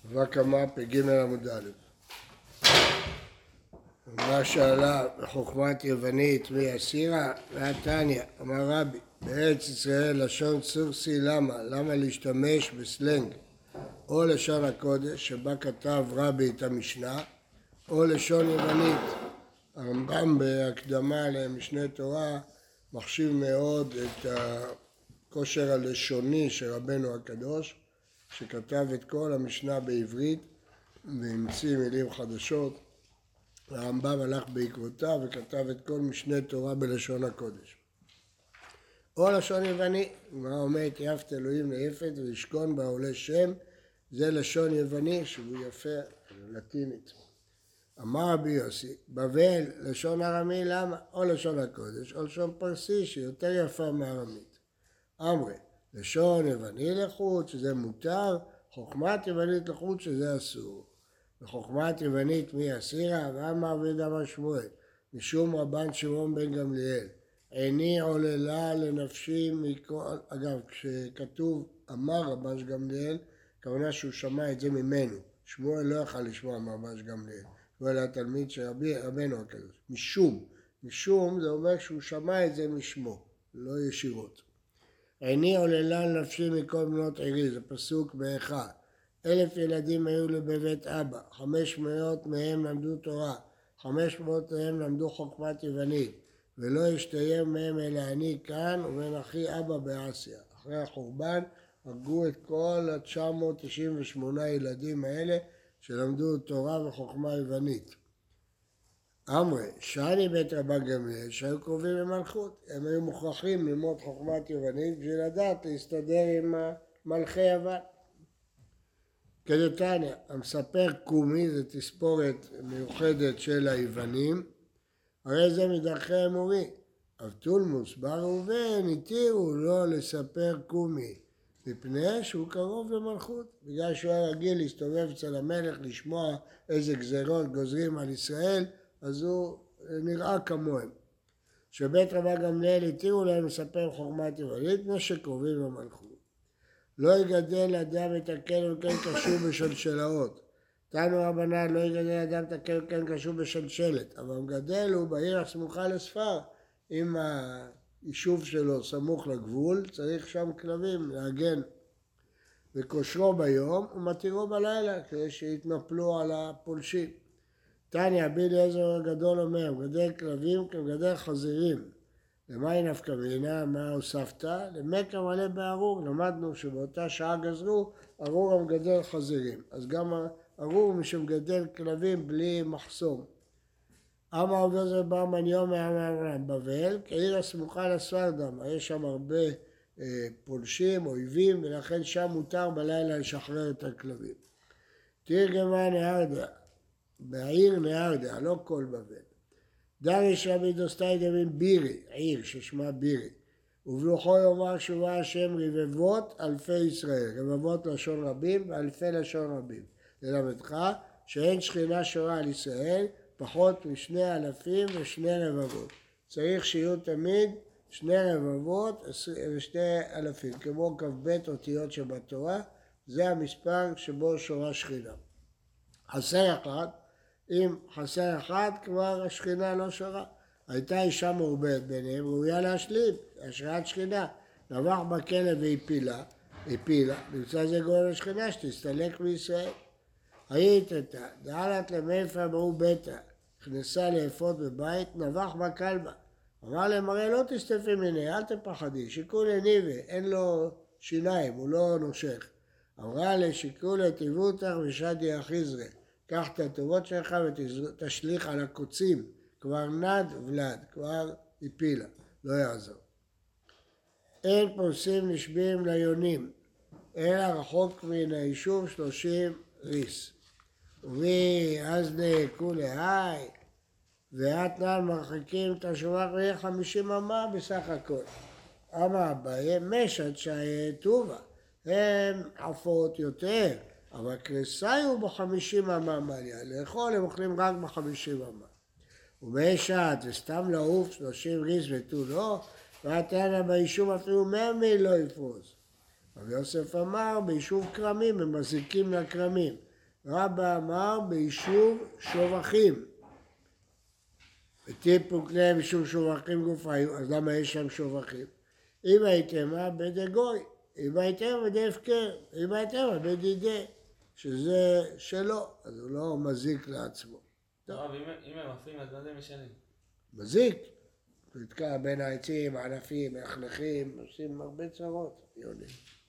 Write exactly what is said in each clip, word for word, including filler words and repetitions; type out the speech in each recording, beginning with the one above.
וקמה פ"ג עמוד א'. מה שאלה בחוכמת יוונית מי אסירה? והתניא, אמר רבי, בארץ ישראל לשון סורסי למה? למה להשתמש בסלנג? או לשון הקודש שבה כתב רבי את המשנה, או לשון יוונית. הרמב"ם בהקדמה למשנה תורה מחשיב מאוד את הכושר הלשוני של רבנו הקדוש, שכתב את כל המשנה בעברית והמציא מילים חדשות. הרמב"ם הלך בעקבותיו וכתב את כל משנה תורה בלשון הקודש. או לשון יווני, מה אומר יפת אלוהים ליפת וישכון בה עולה שם, זה לשון יווני שהוא יפה, לטינית. אמר רבי יוסי, בבל לשון ארמי למה? או לשון הקודש או לשון פרסי שיותר יפה מארמית. אמרי, לשון יווני לחוץ שזה מותר, חוכמת יוונית לחוץ שזה אסור. וחוכמת יוונית מי אסירה? ואמר רבי אמר שמואל, משום רבן שמעון בן גמליאל, איני עוללה לנפשי מכל, אגב כשכתוב אמר רבן גמליאל, כוונה שהוא שמע את זה ממנו, שמואל לא יכל לשמוע מרבן גמליאל, הוא היה התלמיד של רבי, רבנו הקדוש, משום, משום זה אומר שהוא שמע את זה משמו, לא ישירות. איני עוללה לנפשי מכל בנות עירי, זה פסוק באחד. אלף ילדים היו לי בבית אבא, חמש מאות מהם למדו תורה, חמש מאות מהם למדו חוכמת יוונית, ולא השתיים מהם אלא אני כאן ובין אחי אבא באסיה. אחרי החורבן הרגו את כל ה-תשע מאות תשעים ושמונה ילדים האלה שלמדו תורה וחוכמה יוונית. אמרי, שאני בית רבן גמליאל שהיו קרובים למלכות, הם היו מוכרחים ללמוד חוכמת יוונית בשביל לדעת להסתדר עם מלכי יוון. כדתניא, המספר קומי זה תספורת מיוחדת של היוונים, הרי זה מדרכי אמורי. אבטולמוס בר ראובן התירו לו לספר קומי, מפני שהוא קרוב למלכות, בגלל שהוא היה רגיל להסתובב אצל המלך לשמוע איזה גזרות גוזרים על ישראל, אז הוא נראה כמוהם. שבית רבן גמליאל התירו להם לספר חוכמת יוונית, מפני שקרובים למלכות. לא יגדל אדם את הכלב כן קשור בשלשלאות. תנו רבנן לא יגדל אדם את הכלב כן קשור בשלשלת, אבל המגדל הוא בעיר הסמוכה לספר. אם היישוב שלו סמוך לגבול, צריך שם כלבים להגן. וכושרו ביום ומתירו בלילה, כדי שיתנפלו על הפולשים. תניא, רבי אליעזר הגדול אומר, מגדל כלבים כמגדל חזירים. למה נפקא מינה? מה הוספת? למקה מלא בארור. למדנו שבאותה שעה גזרו, ארור המגדל חזירים. אז גם ארור מי שמגדל כלבים בלי מחסום. אמר עובד בר מניו מהמרם בבל, כעיר הסמוכה לספרדם. יש שם הרבה אה, פולשים, אויבים, ולכן שם מותר בלילה לשחרר את הכלבים. תרגמה נהרדיה, בעיר נהרדיה, לא כל בבל. דריש רבי דוסטאי דבין בירי, עיר ששמה בירי, ובלוכו יאמר שובה השם רבבות אלפי ישראל, רבבות לשון רבים ואלפי לשון רבים. ללמדך שאין שכינה שורה על ישראל פחות משני אלפים ושני רבבות. צריך שיהיו תמיד שני רבבות ושני אלפים, כמו כ"ב אותיות שבתורה, זה המספר שבו שורה שכינה. חסר אחד, אם חסר אחד, כבר השכינה לא שורה. הייתה אישה מעובדת ביניהם, ראויה להשלים, השראת שכינה. נבח בכלב והפילה, הפילה, נמצא זה גורם לשכינה שתסתלק מישראל. היית אותה, דעלת למאיפה מעובדה, נכנסה לאפות בבית, נבח בכלבה. אמר להם, הרי לא תסתפי מיני, אל תפחדי, שיקולי ניבה, אין לו שיניים, הוא לא נושך. אמרה לה, שיקולי תיבו אותך ושדי אחיזרה. קח את הטובות שלך ותשליך על הקוצים, כבר נד ולד, כבר הפילה, לא יעזור. אין פורסים נשבים ליונים, אלא רחוק מן היישוב שלושים ריס. ובי כולי היי, ואתנן מרחיקים את השובח ויהיה חמישים אמה בסך הכל. אמה אביי משת שהיה טובה, הם עפות יותר. אבל קריסאי הוא בחמישים אמה מעליה, לאכול הם אוכלים רק בחמישים אמה. ובשעת וסתם לעוף שלושים ריס ותו לא, והתנא ביישוב אפילו מאה מיל לא יפרוס. רבי יוסף אמר, ביישוב כרמים הם מזיקים לכרמים, רבא אמר ביישוב שובחים. וטיפו קנה משום שובחים גופאים, אז למה יש שם שובחים? אם הייתמה בדי גוי, אם הייתמה בדי הפקר, אם הייתמה בדי די, שזה שלו, אז הוא לא מזיק לעצמו. הרב, אם הם מפריעים, אז מה זה משנה? מזיק. נתקע בין העצים, ענפים, מלכלכים, עושים הרבה צרות, יוני.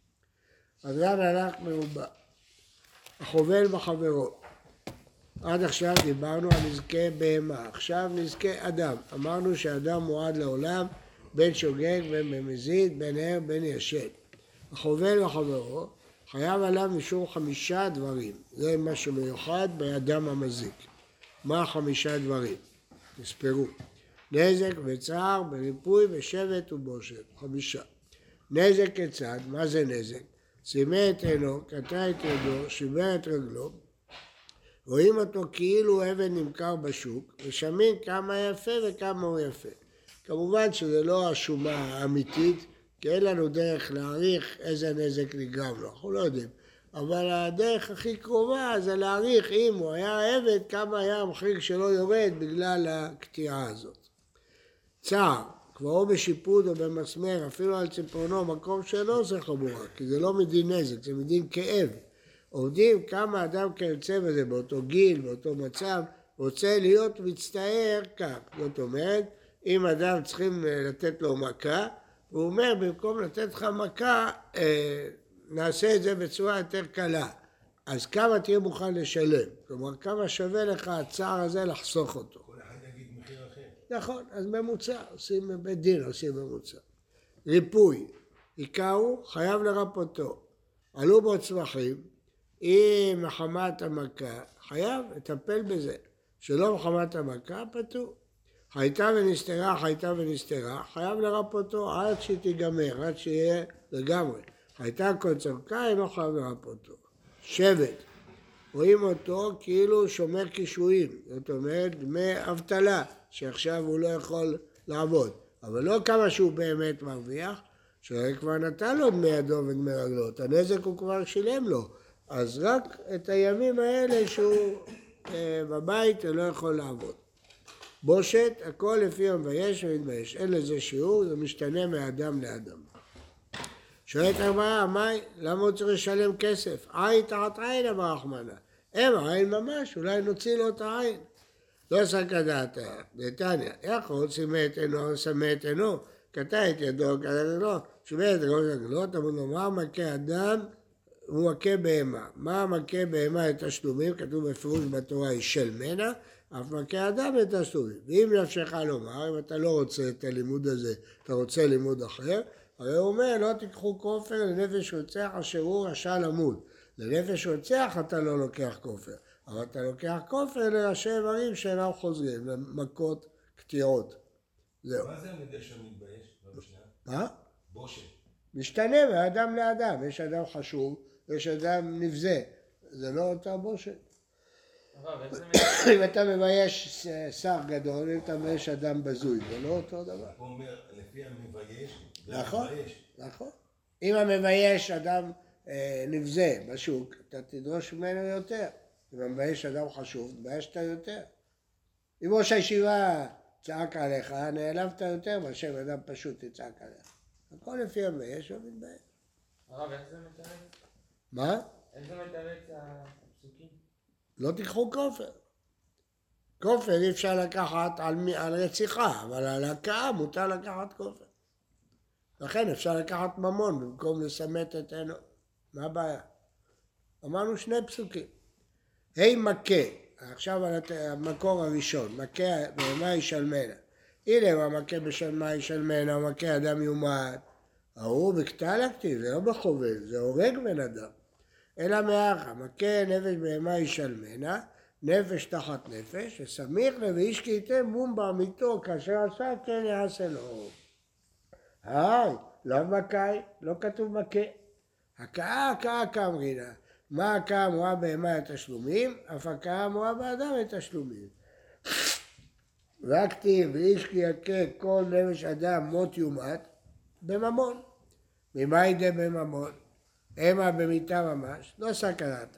אז גם הלך מרובע. החובל בחברו. עד עכשיו דיברנו על נזקי בהמה, עכשיו נזקי אדם. אמרנו שאדם מועד לעולם בין שוגג בין במזיד, בין ער בין ישן. החובל בחברו חייב עליו משום חמישה דברים. זה מה שמיוחד באדם המזיק. מה חמישה דברים? תספרו. נזק וצער, בריפוי ושבט ובושת. חמישה. נזק כיצד? מה זה נזק? סימא את עינו, קטע את ידו, שיבר את רגלו, רואים אותו כאילו אבן נמכר בשוק, ושמים כמה יפה וכמה הוא יפה. כמובן שזה לא השומה האמיתית, כי אין לנו דרך להעריך איזה נזק נגרם לו, אנחנו לא יודעים. אבל הדרך הכי קרובה זה להעריך אם הוא היה עבד, כמה היה המחיר שלו יורד בגלל הקטיעה הזאת. צער, כבר או בשיפוד או במסמר, אפילו על ציפורנו, מקום שלו זה חמורה, כי זה לא מדין נזק, זה מדין כאב. עובדים כמה אדם כיוצא בזה באותו גיל, באותו מצב, רוצה להיות מצטער כך. זאת אומרת, אם אדם צריכים לתת לו מכה, הוא אומר במקום לתת לך מכה, נעשה את זה בצורה יותר קלה. אז כמה תהיה מוכן לשלם? כלומר, כמה שווה לך הצער הזה לחסוך אותו. כל אחד יגיד מחיר אחר. נכון, אז ממוצע, עושים בית דין, עושים ממוצע. ריפוי, עיקרו חייב לרפותו. עלו בו צמחים, אם מחמת המכה, חייב לטפל בזה. שלא מחמת המכה, פטור. חייתה ונסתרה, חייתה ונסתרה, חייב לרפותו עד שתיגמר, עד שיהיה לגמרי. חייתה כל צמקה, אינו חייב לרפותו. שבט, רואים אותו כאילו שומר קישואים, זאת אומרת דמי אבטלה, שעכשיו הוא לא יכול לעבוד. אבל לא כמה שהוא באמת מרוויח, שכבר נתן לו דמי ידו ודמי רגלות, הנזק הוא כבר שילם לו. אז רק את הימים האלה שהוא אה, בבית לא יכול לעבוד. בושת, הכל לפי המבייש ומתבייש. אין לזה שיעור, זה משתנה מאדם לאדם. שואלת הגמרא, מאי, למה הוא צריך לשלם כסף? עין תחת עין, אמר רחמנא. הם עין ממש, אולי נוציא לו את העין. לא סקא דעתא, דתניא, יכול שימא את עינו, סמא את עינו, קטע את ידו, קטע את ידו, שימא את ראש רגלו, תמוד לומר, מכה אדם, הוא מכה בהמה. מה מכה בהמה לתשלומים? כתוב בפירוש בתורה, היא של מנה, אף מכה אדם לתשלומים. ואם נפשך לומר, אם אתה לא רוצה את הלימוד הזה, אתה רוצה לימוד אחר, הרי הוא אומר, לא תיקחו כופר לנפש רוצח אשר הוא רשע למות. לנפש רוצח אתה לא לוקח כופר, אבל אתה לוקח כופר לראשי איברים שאינם חוזרים, למכות קטיעות. זהו. מה זה המדרש המתבייש במשנה? מה? בושת. משתנה מאדם לאדם, יש אדם חשוב, יש אדם נבזה, זה לא אותה בושת. הרב, איך זה מבייש? אם אתה מבייש שר גדול, אם אתה מבייש אדם בזוי, זה לא אותו דבר. הוא אומר, לפי המבייש, נכון, המבייש. נכון. אם המבייש אדם אה, נבזה בשוק, אתה תדרוש ממנו יותר. אם המבייש אדם חשוב, תביישת יותר. אם ראש הישיבה צעק עליך, נעלבת יותר מאשר אדם פשוט תצעק עליך. הכל לפי המבייש ומתבייש. הרב, איך זה מתארץ? מה? איך זה מתארץ הפסוקים? לא תיקחו כופר. כופר אי אפשר לקחת על, על רציחה, אבל על הכאה מותר לקחת כופר. לכן אפשר לקחת ממון במקום לסמט את עינו. מה הבעיה? אמרנו שני פסוקים. היי מכה, עכשיו על המקור הראשון, מכה בהמה ישלמנה. הנה הוא המכה בשלמה ישלמנה, הוא מכה אדם יומת. ההוא בכתל הכתיב, זה לא בחובל, זה הורג בן אדם. אלא מאחה, מכה נפש בהמה ישלמנה, נפש תחת נפש, וסמיך ואיש כי ייתן בום בעמיתו, כאשר עשה כן יעשה לו. היי, לא מכאי, לא כתוב מכה. הכאה, הכאה כאמרינה. מה הכאה אמורה בהמה לתשלומים? אף הכאה אמורה באדם לתשלומים. וכתיב, ואיש כי יכה כל נפש אדם מות יומת, בממון. ממה ידע בממון? המה במיתה ממש, לא סכנתה.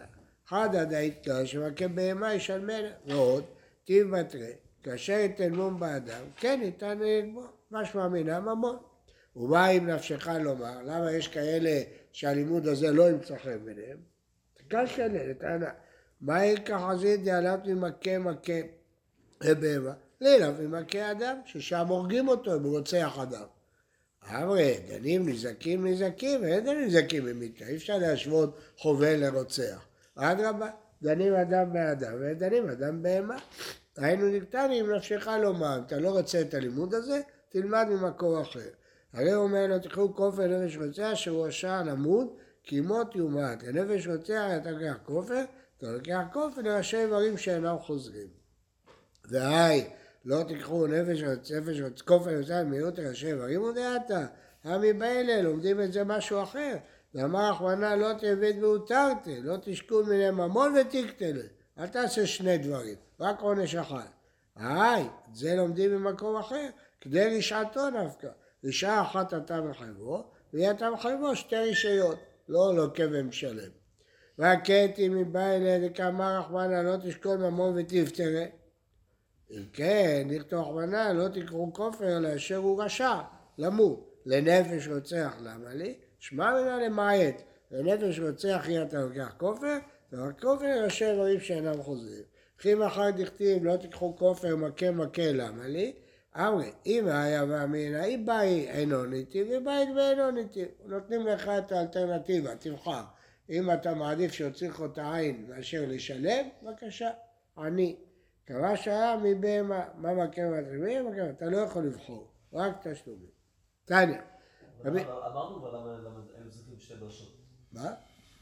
חדא דאיתקא שמכה בהמה ישלמנה, ועוד, טיב בתרי, כאשר ייתן מום באדם, כן ניתן לתבוע, משמע מינה ממון. ומה אם נפשך לומר, למה יש כאלה שהלימוד הזה לא ימצא חן ביניהם? תקל שלה, לטענה. מה יקח חזית דעלת ממכה מכה בהמה? לילה ממכה אדם, ששם הורגים אותו אם הוא רוצח אדם. אמרי, דנים נזקים נזקים, ואין דנים נזקים במיתה, אי אפשר להשוות חובל לרוצח. אדרבה, דנים אדם באדם, ודנים אדם בהמה. היינו נקטני אם נפשך לומר, אם אתה לא רוצה את הלימוד הזה, תלמד ממקור אחר. הרי הוא אומר לו, תקחו כופר נפש רוצח שהוא רשע נמוד, כי מות יומת. הנפש רוצח אתה לוקח כופר, אתה לוקח כופר לראשי איברים שאינם חוזרים. והי, לא תיקחו נפש רוצח, כופר רוצח מיעוט לראשי איברים ודעתה. המי באלה, לומדים את זה משהו אחר. ואמר אחמנה, לא תאבד והותרתי, לא תשקול מיני ממון ותקטלה. אל תעשה שני דברים, רק עונש אחד. היי, את זה לומדים ממקום אחר, כדי רשעתו דווקא. רשעה אחת אתה מחייבו, והיא אתה מחייבו שתי רשעיות, לא לוקה ומשלם. והקטי מבא אליה דקאמר אחמנה, לא תשקול ממון ותפטרה. אם כן, נכתוב אחמנה, לא תקחו כופר לאשר הוא רשע, למות. לנפש רוצח, למה לי? שמע מנה למעט, לנפש רוצח היא אתה לוקח כופר, ורק כופר לראשי איברים שאינם חוזרים. וכי מחר דכתיב לא תיקחו כופר מכה מכה, למה לי? אמרי, אם היה ואמינה, אם באי אינו ניטיב ובאית ואינו ניטיב. נותנים לך את האלטרנטיבה, תבחר. אם אתה מעדיף שיוצריך את העין מאשר לשלם, בבקשה, אני. קבע שהיה מבהמה, מה מכה ומטריבים, אתה לא יכול לבחור, רק תשלומים. תניא. אמרנו למה הם צריכים שתי דרשות. מה?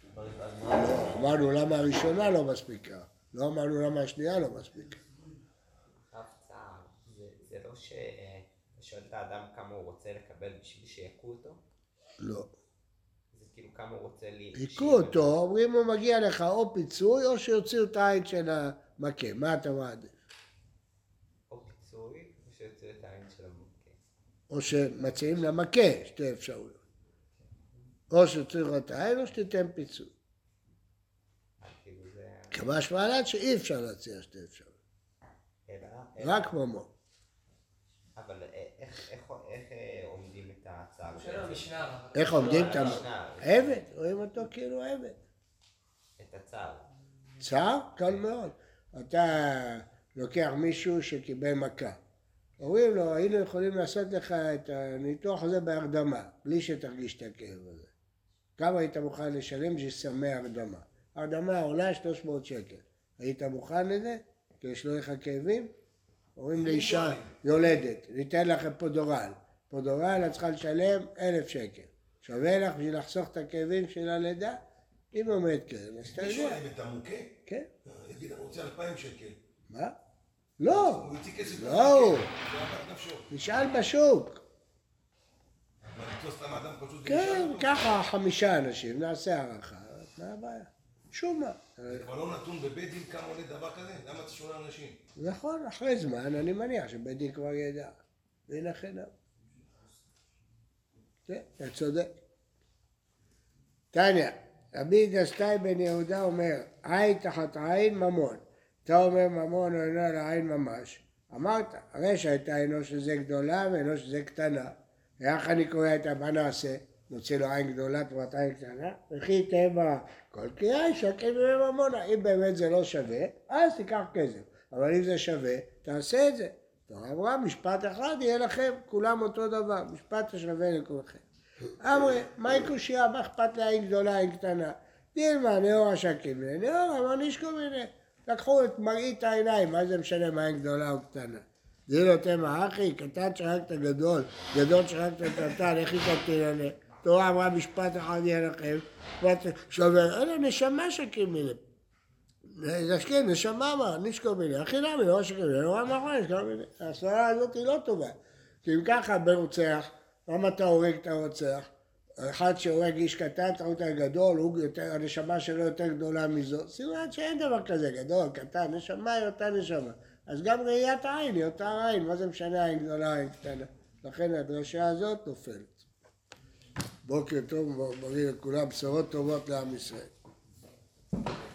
אמרנו למה הראשונה לא מספיקה, לא אמרנו למה השנייה לא מספיקה. זה לא ששואל את האדם כמה הוא רוצה לקבל בשביל שיכו אותו? לא. זה כאילו כמה הוא רוצה לי... היכו אותו, אומרים הוא מגיע לך או פיצוי או שיוציאו את העין של המכה, מה אתה מעדיף? או פיצוי או שיוציאו את העין של המכה. או שמציעים למכה, שתי אפשרויות. או שצריך את העין או שתיתן פיצוי. כמה שמעלת שאי אפשר להציע שתי אפשרויות. רק ממון. אבל איך עומדים את ההצעה? איך עומדים את ההצעה? עבד, רואים אותו כאילו עבד. את הצער. צער? קל מאוד. אתה לוקח מישהו שקיבל מכה. אומרים לו, היינו יכולים לעשות לך את הניתוח הזה בהרדמה, בלי שתרגיש את הכאב הזה. כמה היית מוכן לשלם בשביל סמי הרדמה? הרדמה עולה שלוש מאות שקל. היית מוכן לזה? כדי שלא יהיה לך כאבים? אומרים לאישה יולדת, ניתן לכם פודורל. פודורל את צריכה לשלם אלף שקל. שווה לך בשביל לחסוך את הכאבים של הלידה? אם עומד כן, אז אתה יודע. מישהו היה את המוכה? כן. יגיד, אני רוצה אלפיים שקל. מה? לא. הוא יוציא כסף. לא. זה אהבת נפשו. נשאל בשוק. אבל לתפוס סתם אדם פשוט כן, ככה חמישה אנשים, נעשה הערכה. מה הבעיה? שום מה. זה כבר לא נתון בבית דין כמה עולה דבר כזה? למה זה שונה אנשים? נכון, אחרי זמן אני מניח שבית דין כבר ידע. והנה חינם. כן, אתה צודק. תניא, רבי דסתאי בן יהודה אומר, עין תחת עין ממון. אתה אומר ממון או אינו לעין ממש. אמרת, הרי שהייתה עינו שזה גדולה ועינו שזה קטנה. ואיך אני קורא את מה נעשה? נוציא לו עין גדולה תמורת עין קטנה, וכי תאמה כל קריאה שקל בממונה. אם באמת זה לא שווה, אז תיקח כסף. אבל אם זה שווה, תעשה את זה. תורה אמרה, משפט אחד יהיה לכם, כולם אותו דבר, משפט השווה לכולכם. אמרי, מהי קושייה? מה אכפת לעין גדולה, עין קטנה? דילמה, נאור השקים, נאור, אמר נשקו מיני. לקחו את מראית העיניים, מה זה משנה מה עין גדולה או קטנה? דילו תמה אחי, קטן שרקת גדול, גדול שרקת קטן, איך התקתי לנה? תורה אמרה משפט אחד יהיה לכם, משפט שווה, אין נשמה שקים מיני. נשקים, נשמה מה, נשקו מיני, הכי נמי, לא שקים מיני, לא אמר נשקו מיני. הסברה הזאת היא לא טובה, כי אם ככה ברוצח, למה אתה הורג את הרוצח? אחד שהורג איש קטן, אתה יותר גדול, הנשמה שלו יותר גדולה מזו, סימן שאין דבר כזה, גדול, קטן, נשמה היא אותה נשמה. אז גם ראיית העין היא אותה עין, מה זה משנה עין גדולה, עין קטנה? לכן הדרשה הזאת נופלת. בוקר טוב, בריא לכולם, בשורות טובות לעם ישראל.